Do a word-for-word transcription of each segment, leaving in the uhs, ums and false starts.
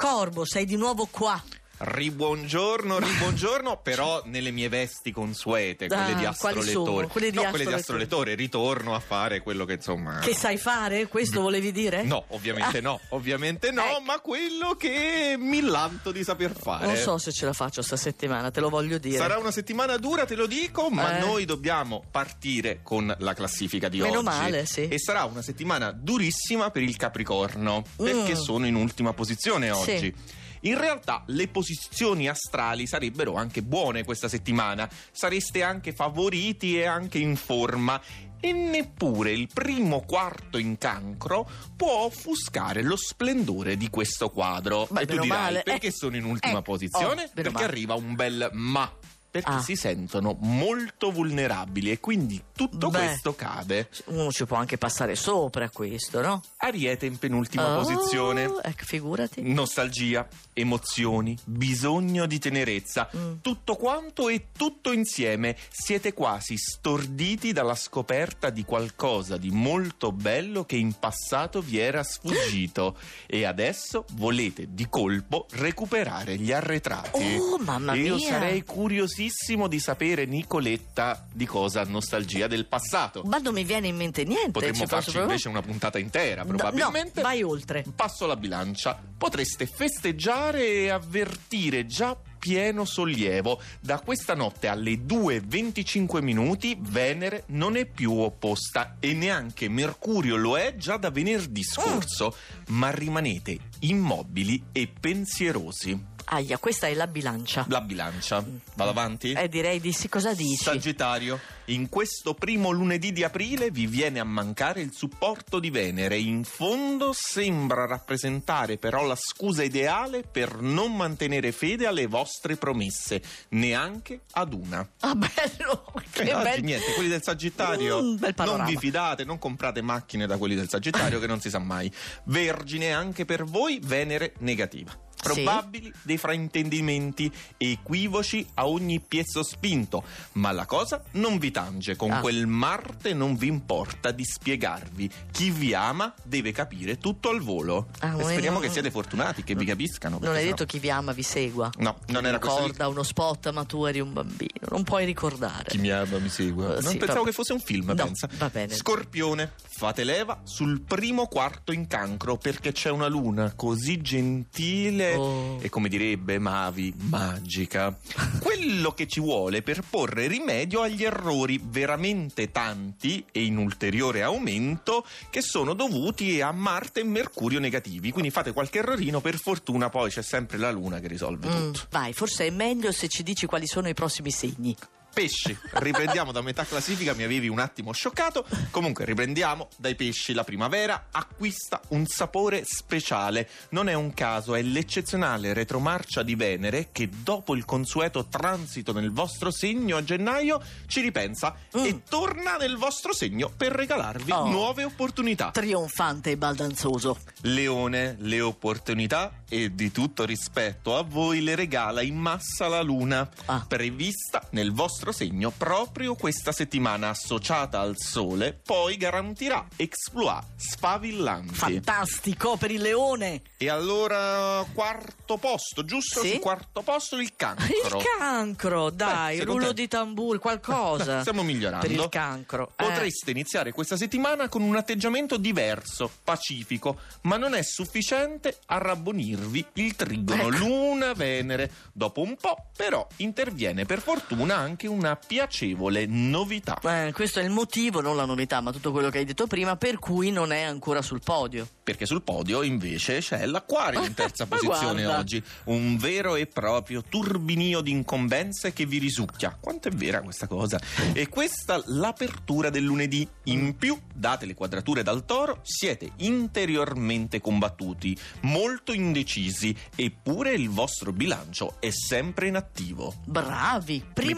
Corbo, sei di nuovo qua. Ribuongiorno, ribuongiorno, però nelle mie vesti consuete, quelle Ah, di quali astrolettore. sono? Quelle di no, quelle di astrolettore. astrolettore, ritorno a fare quello che insomma. Che sai fare? Questo volevi dire? No, ovviamente no, ovviamente no, Ecco. ma quello che mi lanto di saper fare. Non so se ce la faccio sta settimana, te lo voglio dire. Sarà una settimana dura, te lo dico, ma Eh. noi dobbiamo partire con la classifica di Meno oggi. male, sì. E sarà una settimana durissima per il Capricorno, perché Mm. sono in ultima posizione oggi. Sì. In realtà le posizioni astrali sarebbero anche buone questa settimana, sareste anche favoriti e anche in forma. E neppure il primo quarto in Cancro può offuscare lo splendore di questo quadro. Beh, e tu meno dirai, male. perché Eh. sono in ultima Eh. posizione? Oh, meno perché male. arriva un bel ma. Perché Ah. si sentono molto vulnerabili e quindi tutto Beh. questo cade. Uno ci può anche passare sopra a questo, no? Ariete in penultima Oh, posizione. Ecco, figurati. Nostalgia, emozioni, bisogno di tenerezza, Mm. tutto quanto e tutto insieme. Siete quasi storditi dalla scoperta di qualcosa di molto bello che in passato vi era sfuggito e adesso volete di colpo recuperare gli arretrati. Oh, mamma e io mia. sarei curiosissimo di sapere, Nicoletta, di cosa nostalgia del passato. Ma non mi viene in mente niente. Potremmo ci posso farci provare? invece una puntata intera, No, probabilmente. No, vai oltre. Passo la bilancia. Potreste festeggiare e avvertire già pieno sollievo. Da questa notte alle due e venticinque minuti Venere non è più opposta e neanche Mercurio lo è già da venerdì scorso, ma rimanete immobili e pensierosi. Aia, questa è la bilancia. La bilancia. Vado avanti? Eh, direi di sì. Cosa dici? Sagittario, in questo primo lunedì di aprile vi viene a mancare il supporto di Venere. In fondo sembra rappresentare però la scusa ideale per non mantenere fede alle vostre promesse, neanche ad una. Ah, bello. Che E oggi bel... niente, quelli del Sagittario, Mm, bel panorama. non vi fidate, non comprate macchine da quelli del Sagittario che non si sa mai. Vergine, anche per voi Venere negativa. Probabili dei fraintendimenti, equivoci a ogni piezo spinto, ma la cosa non vi tange. Con Ah. quel Marte non vi importa di spiegarvi. Chi vi ama deve capire tutto al volo. Ah, e non è- speriamo non- che siate fortunati, che vi capiscano. Non perché hai sennò- detto chi vi ama vi segua? No, non era questo. Ricorda uno spot, ma tu eri un bambino. Non puoi ricordare. Chi mi ama mi segua. Eh, Non sì, pensavo va- che fosse un film, No, pensa. va bene. Scorpione, fate leva sul primo quarto in Cancro perché c'è una luna così gentile Oh. e, come direbbe Mavi, magica. Quello che ci vuole per porre rimedio agli errori veramente tanti e in ulteriore aumento che sono dovuti a Marte e Mercurio negativi. Quindi fate qualche errorino, per fortuna poi c'è sempre la luna che risolve Mm, tutto. vai, forse è meglio se ci dici quali sono i prossimi segni. Pesci, riprendiamo da metà classifica, mi avevi un attimo scioccato. Comunque riprendiamo dai pesci. La primavera acquista un sapore speciale. Non è un caso, è l'eccezionale retromarcia di Venere che dopo il consueto transito nel vostro segno a gennaio ci ripensa Mm. e torna nel vostro segno per regalarvi Oh. nuove opportunità. Trionfante e baldanzoso. Leone, le opportunità e di tutto rispetto a voi le regala in massa la luna, Ah. prevista nel vostro segno proprio questa settimana, associata al sole, poi garantirà exploit sfavillanti. Fantastico per il leone. E allora quarto posto, giusto? Sì. Sul quarto posto il cancro. Il cancro, dai, sei rullo contento? di tamburi, qualcosa. Stiamo migliorando. Per il cancro. Eh. Potreste iniziare questa settimana con un atteggiamento diverso, pacifico, ma non è sufficiente a rabbonirvi il trigono Ecco. Luna-Venere. Dopo un po', però, interviene per fortuna anche una piacevole novità. Eh, questo è il motivo, non la novità, ma tutto quello che hai detto prima, per cui non è ancora sul podio. Perché sul podio invece c'è l'Acquario in terza Ma posizione guarda. oggi. Un vero e proprio turbinio di incombenze che vi risucchia. Quanto è vera questa cosa? E questa l'apertura del lunedì. In più, date le quadrature dal Toro, siete interiormente combattuti, molto indecisi, eppure il vostro bilancio è sempre in attivo. Bravi, primo Mi piace.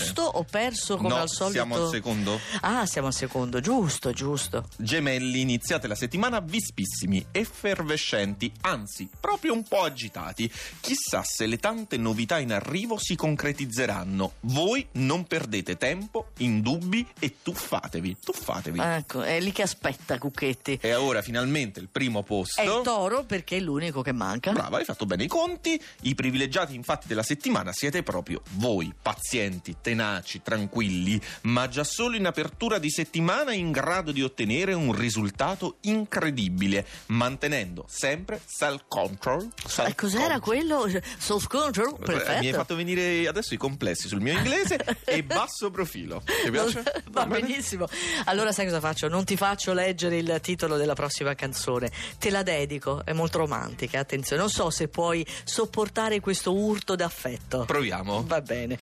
posto o perso come no, al solito? Siamo al secondo. Ah, siamo al secondo, giusto, giusto. Gemelli, iniziate la settimana vispissimi, effervescenti, anzi, proprio un po' agitati. Chissà se le tante novità in arrivo si concretizzeranno. Voi non perdete tempo in dubbi e tuffatevi, tuffatevi. Ecco, è lì che aspetta, Cucchetti. E ora finalmente il primo posto. È il Toro, perché è l'unico che manca. Brava, hai fatto bene i conti. I privilegiati infatti della settimana siete proprio voi, pazienti, tenaci, tranquilli, ma già solo in apertura di settimana in grado di ottenere un risultato incredibile, mantenendo sempre self-control. E cos'era quello? Self-control? Perfetto. Mi hai fatto venire adesso i complessi sul mio inglese e basso profilo. Ti piace? Va, Va benissimo. Allora sai cosa faccio? Non ti faccio leggere il titolo della prossima canzone, te la dedico, è molto romantica, attenzione, non so se puoi sopportare questo urto d'affetto. Proviamo. Va bene.